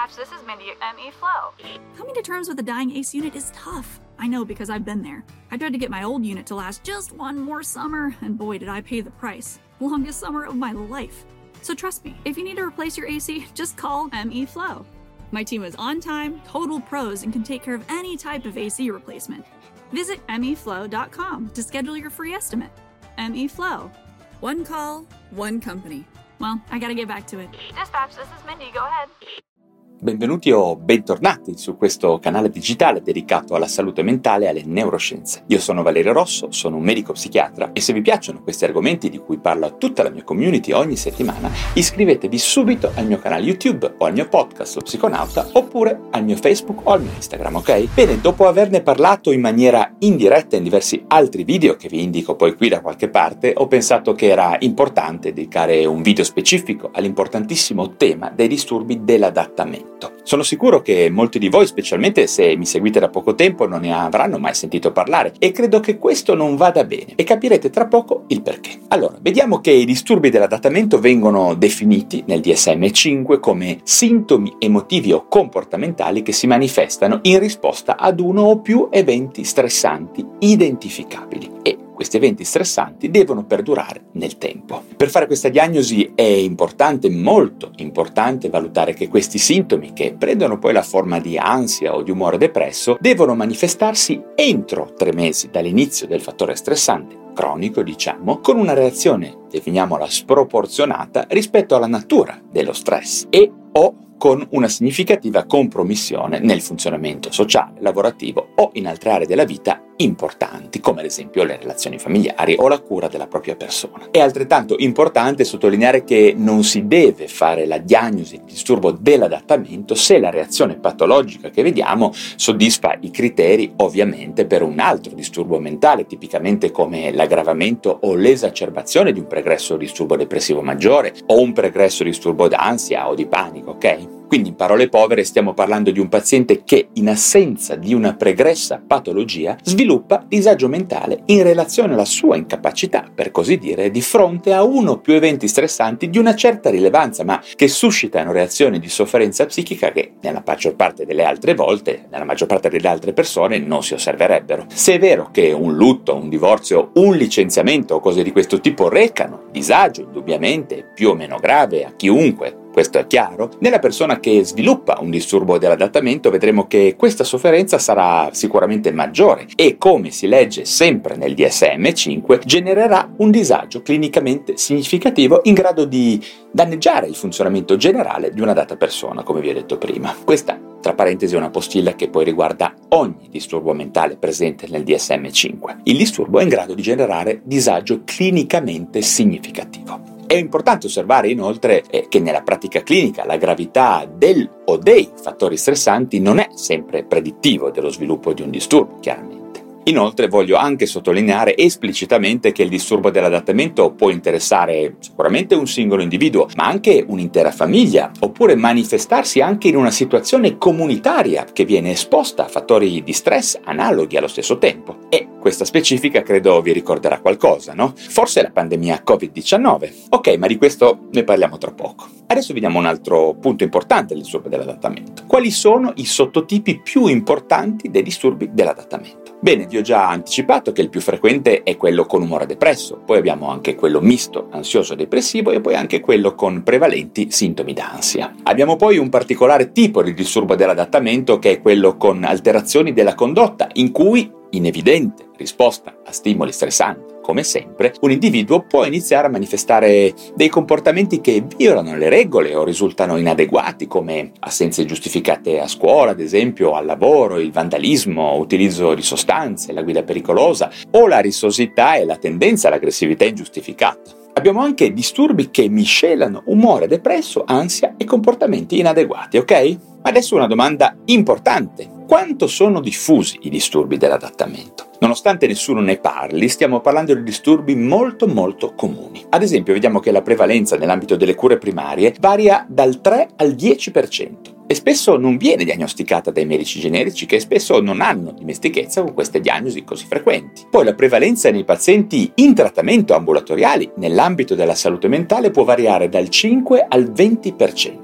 Dispatch, this is Mindy at ME Flow. Coming to terms with a dying ACE unit is tough. I know because I've been there. I tried to get my old unit to last just one more summer, and boy did I pay the price. Longest summer of my life. So trust me, if you need to replace your AC, just call ME Flow. My team is on time, total pros, and can take care of any type of AC replacement. Visit meflow.com to schedule your free estimate. ME Flow. One call, one company. Well, I gotta get back to it. Dispatch, this is Mindy. Go ahead. Benvenuti o bentornati su questo canale digitale dedicato alla salute mentale e alle neuroscienze. Io sono Valerio Rosso, sono un medico psichiatra e se vi piacciono questi argomenti di cui parlo a tutta la mia community ogni settimana, iscrivetevi subito al mio canale YouTube o al mio podcast Lo Psiconauta oppure al mio Facebook o al mio Instagram, ok? Bene, dopo averne parlato in maniera indiretta in diversi altri video che vi indico poi qui da qualche parte, ho pensato che era importante dedicare un video specifico all'importantissimo tema dei disturbi dell'adattamento. Sono sicuro che molti di voi, specialmente se mi seguite da poco tempo, non ne avranno mai sentito parlare e credo che questo non vada bene e capirete tra poco il perché. Allora, vediamo che i disturbi dell'adattamento vengono definiti nel DSM-5 come sintomi emotivi o comportamentali che si manifestano in risposta ad uno o più eventi stressanti identificabili e questi eventi stressanti devono perdurare nel tempo. Per fare questa diagnosi è importante, molto importante, valutare che questi sintomi, che prendono poi la forma di ansia o di umore depresso, devono manifestarsi entro 3 mesi dall'inizio del fattore stressante cronico, diciamo, con una reazione, definiamola sproporzionata, rispetto alla natura dello stress e o con una significativa compromissione nel funzionamento sociale, lavorativo o in altre aree della vita importanti, come ad esempio le relazioni familiari o la cura della propria persona. È altrettanto importante sottolineare che non si deve fare la diagnosi di disturbo dell'adattamento se la reazione patologica che vediamo soddisfa i criteri ovviamente per un altro disturbo mentale, tipicamente come l'aggravamento o l'esacerbazione di un pregresso disturbo depressivo maggiore o un pregresso disturbo d'ansia o di panico, ok? Quindi in parole povere stiamo parlando di un paziente che in assenza di una pregressa patologia sviluppa disagio mentale in relazione alla sua incapacità, per così dire, di fronte a uno o più eventi stressanti di una certa rilevanza, ma che suscitano reazioni di sofferenza psichica che nella maggior parte delle altre volte, nella maggior parte delle altre persone non si osserverebbero. Se è vero che un lutto, un divorzio, un licenziamento o cose di questo tipo recano disagio indubbiamente più o meno grave a chiunque, questo è chiaro, nella persona che sviluppa un disturbo dell'adattamento vedremo che questa sofferenza sarà sicuramente maggiore e, come si legge sempre nel DSM-5, genererà un disagio clinicamente significativo in grado di danneggiare il funzionamento generale di una data persona, come vi ho detto prima. Questa, tra parentesi, è una postilla che poi riguarda ogni disturbo mentale presente nel DSM-5. Il disturbo è in grado di generare disagio clinicamente significativo. È importante osservare inoltre che nella pratica clinica la gravità del o dei fattori stressanti non è sempre predittivo dello sviluppo di un disturbo, chiaramente. Inoltre voglio anche sottolineare esplicitamente che il disturbo dell'adattamento può interessare sicuramente un singolo individuo, ma anche un'intera famiglia, oppure manifestarsi anche in una situazione comunitaria che viene esposta a fattori di stress analoghi allo stesso tempo. E questa specifica credo vi ricorderà qualcosa, no? Forse la pandemia Covid-19. Ok, ma di questo ne parliamo tra poco. Adesso vediamo un altro punto importante del disturbo dell'adattamento. Quali sono i sottotipi più importanti dei disturbi dell'adattamento? Bene, vi ho già anticipato che il più frequente è quello con umore depresso, poi abbiamo anche quello misto, ansioso-depressivo e poi anche quello con prevalenti sintomi d'ansia. Abbiamo poi un particolare tipo di disturbo dell'adattamento che è quello con alterazioni della condotta, in cui, in evidente risposta a stimoli stressanti, come sempre, un individuo può iniziare a manifestare dei comportamenti che violano le regole o risultano inadeguati, come assenze giustificate a scuola, ad esempio, al lavoro, il vandalismo, utilizzo di sostanze, la guida pericolosa o la rissosità e la tendenza all'aggressività ingiustificata. Abbiamo anche disturbi che miscelano umore depresso, ansia e comportamenti inadeguati, ok? Adesso una domanda importante. Quanto sono diffusi i disturbi dell'adattamento? Nonostante nessuno ne parli, stiamo parlando di disturbi molto comuni. Ad esempio, vediamo che la prevalenza nell'ambito delle cure primarie varia dal 3 al 10% e spesso non viene diagnosticata dai medici generici che spesso non hanno dimestichezza con queste diagnosi così frequenti. Poi la prevalenza nei pazienti in trattamento ambulatoriali nell'ambito della salute mentale può variare dal 5 al 20%.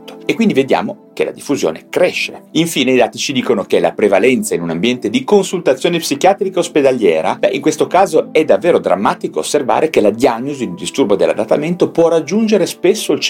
adattamento. E quindi vediamo che la diffusione cresce. Infine i dati ci dicono che la prevalenza in un ambiente di consultazione psichiatrica ospedaliera, in questo caso è davvero drammatico osservare che la diagnosi di disturbo dell'adattamento può raggiungere spesso il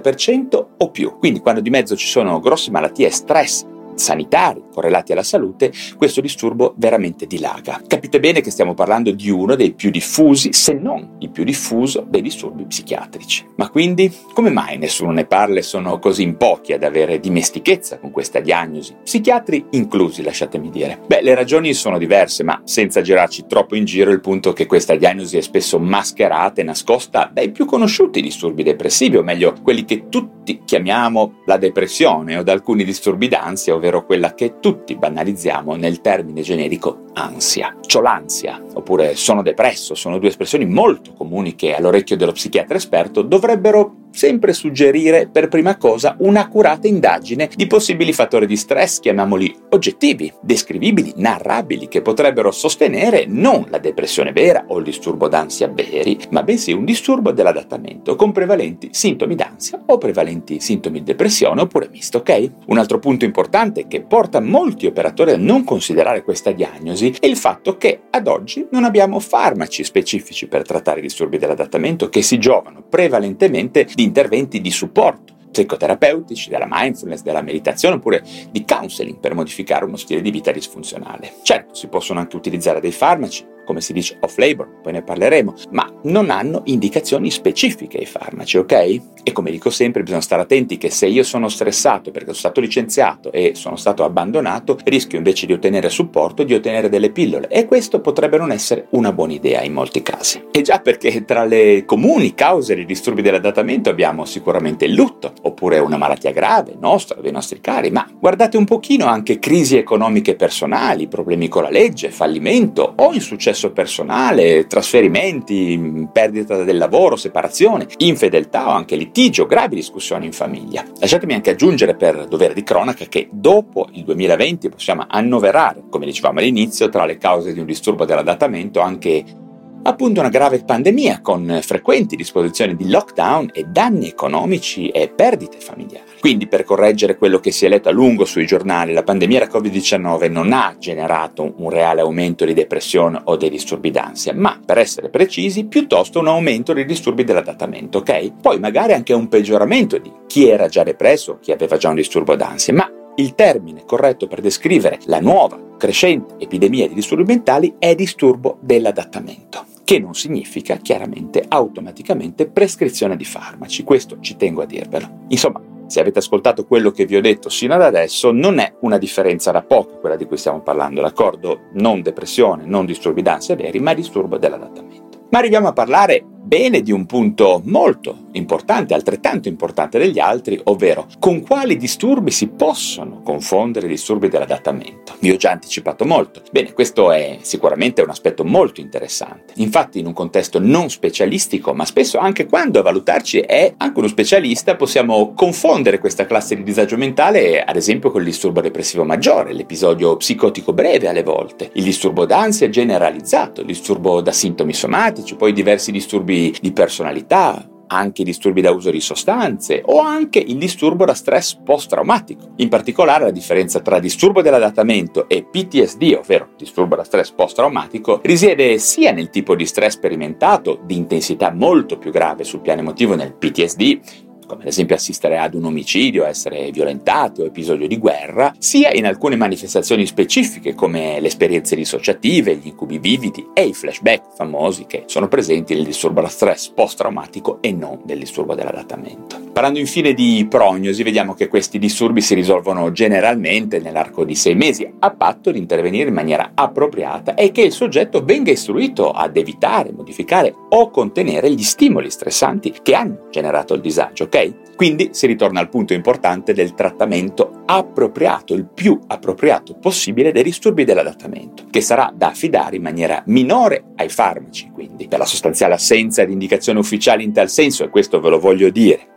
50% o più. Quindi quando di mezzo ci sono grosse malattie e stress sanitari correlati alla salute, questo disturbo veramente dilaga. Capite bene che stiamo parlando di uno dei più diffusi, se non il più diffuso, dei disturbi psichiatrici. Ma quindi, come mai nessuno ne parla e sono così in pochi ad avere dimestichezza con questa diagnosi? Psichiatri inclusi, lasciatemi dire. Le ragioni sono diverse, ma senza girarci troppo in giro, il punto è che questa diagnosi è spesso mascherata e nascosta dai più conosciuti disturbi depressivi, o meglio, quelli che tutti chiamiamo la depressione, o da alcuni disturbi d'ansia, ovvero quella che tutti banalizziamo nel termine generico ansia. C'ho l'ansia, oppure sono depresso, sono due espressioni molto comuni che all'orecchio dello psichiatra esperto dovrebbero sempre suggerire per prima cosa un'accurata indagine di possibili fattori di stress, chiamiamoli oggettivi, descrivibili, narrabili, che potrebbero sostenere non la depressione vera o il disturbo d'ansia veri, ma bensì un disturbo dell'adattamento con prevalenti sintomi d'ansia o prevalenti sintomi di depressione, oppure misto, ok? Un altro punto importante che porta molti operatori a non considerare questa diagnosi è il fatto che ad oggi non abbiamo farmaci specifici per trattare i disturbi dell'adattamento che si giovano prevalentemente di interventi di supporto psicoterapeutici, della mindfulness, della meditazione, oppure di counseling per modificare uno stile di vita disfunzionale. Certo, si possono anche utilizzare dei farmaci, come si dice off-label, poi ne parleremo, ma non hanno indicazioni specifiche i farmaci, ok? E come dico sempre, bisogna stare attenti che se io sono stressato perché sono stato licenziato e sono stato abbandonato, rischio invece di ottenere supporto, di ottenere delle pillole, e questo potrebbe non essere una buona idea in molti casi. E già perché tra le comuni cause di disturbi dell'adattamento abbiamo sicuramente il lutto, oppure una malattia grave, nostra, dei nostri cari, ma guardate un pochino anche crisi economiche personali, problemi con la legge, fallimento o insuccesso personale, trasferimenti, perdita del lavoro, separazione, infedeltà o anche litigio, gravi discussioni in famiglia. Lasciatemi anche aggiungere per dovere di cronaca che dopo il 2020 possiamo annoverare, come dicevamo all'inizio, tra le cause di un disturbo dell'adattamento anche appunto una grave pandemia con frequenti disposizioni di lockdown e danni economici e perdite familiari. Quindi, per correggere quello che si è letto a lungo sui giornali, la pandemia da Covid-19 non ha generato un reale aumento di depressione o dei disturbi d'ansia, ma, per essere precisi, piuttosto un aumento dei disturbi dell'adattamento, ok? Poi magari anche un peggioramento di chi era già depresso o chi aveva già un disturbo d'ansia, ma il termine corretto per descrivere la nuova, crescente epidemia di disturbi mentali è disturbo dell'adattamento, che non significa chiaramente automaticamente prescrizione di farmaci, questo ci tengo a dirvelo. Insomma, se avete ascoltato quello che vi ho detto sino ad adesso, non è una differenza da poco quella di cui stiamo parlando, d'accordo? Non depressione, non disturbi d'ansia veri, ma disturbo dell'adattamento. Ma arriviamo a parlare bene di un punto molto importante, altrettanto importante degli altri, ovvero con quali disturbi si possono confondere i disturbi dell'adattamento. Vi ho già anticipato molto. Bene, questo è sicuramente un aspetto molto interessante. Infatti, in un contesto non specialistico, ma spesso anche quando a valutarci è anche uno specialista, possiamo confondere questa classe di disagio mentale, ad esempio, con il disturbo depressivo maggiore, l'episodio psicotico breve alle volte, il disturbo d'ansia generalizzato, il disturbo da sintomi somatici, poi diversi disturbi di personalità, anche i disturbi da uso di sostanze o anche il disturbo da stress post-traumatico. In particolare, la differenza tra disturbo dell'adattamento e PTSD, ovvero disturbo da stress post-traumatico, risiede sia nel tipo di stress sperimentato, di intensità molto più grave sul piano emotivo nel PTSD, come ad esempio assistere ad un omicidio, essere violentati o episodio di guerra, sia in alcune manifestazioni specifiche come le esperienze dissociative, gli incubi vividi e i flashback famosi che sono presenti nel disturbo da stress post-traumatico e non nel disturbo dell'adattamento. Parlando infine di prognosi, vediamo che questi disturbi si risolvono generalmente nell'arco di 6 mesi, a patto di intervenire in maniera appropriata e che il soggetto venga istruito ad evitare, modificare o contenere gli stimoli stressanti che hanno generato il disagio, ok? Quindi si ritorna al punto importante del trattamento appropriato, il più appropriato possibile dei disturbi dell'adattamento, che sarà da affidare in maniera minore ai farmaci, quindi per la sostanziale assenza di indicazioni ufficiali in tal senso, e questo ve lo voglio dire,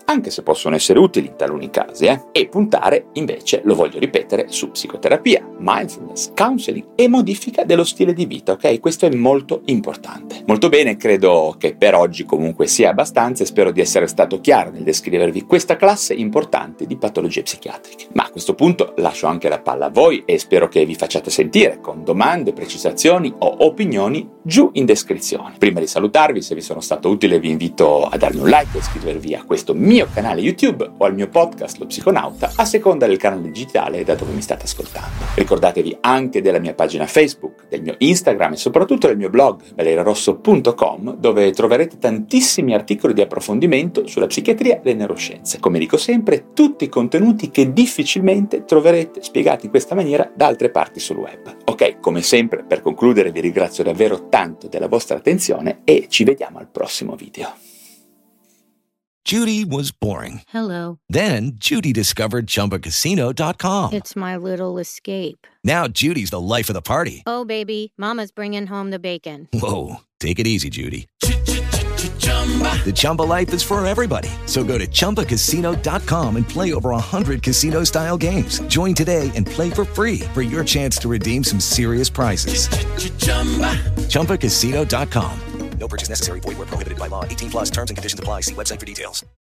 anche se possono essere utili in taluni casi, e puntare invece, lo voglio ripetere, su psicoterapia, mindfulness, counseling e modifica dello stile di vita, ok? Questo è molto importante. Molto bene, credo che per oggi comunque sia abbastanza e spero di essere stato chiaro nel descrivervi questa classe importante di patologie psichiatriche. Ma a questo punto lascio anche la palla a voi e spero che vi facciate sentire con domande, precisazioni o opinioni giù in descrizione. Prima di salutarvi, se vi sono stato utile vi invito a darmi un like e iscrivervi a questo mio canale YouTube o al mio podcast Lo Psiconauta, a seconda del canale digitale da dove mi state ascoltando. Ricordatevi anche della mia pagina Facebook, del mio Instagram e soprattutto del mio blog valerirosso.com, dove troverete tantissimi articoli di approfondimento sulla psichiatria e le neuroscienze. Come dico sempre, tutti contenuti che difficilmente troverete spiegati in questa maniera da altre parti sul web. Ok, come sempre, per concludere vi ringrazio davvero tanto della vostra attenzione e ci vediamo al prossimo video. Judy was boring. Hello. Then Judy discovered ChumbaCasino.com. It's my little escape. Now Judy's the life of the party. Oh, baby, mama's bringing home the bacon. Whoa, take it easy, Judy. The Chumba life is for everybody. So go to ChumbaCasino.com and play over 100 casino-style games. Join today and play for free for your chance to redeem some serious prizes. ChumbaCasino.com. No purchase necessary. Void where prohibited by law. 18+ terms and conditions apply. See website for details.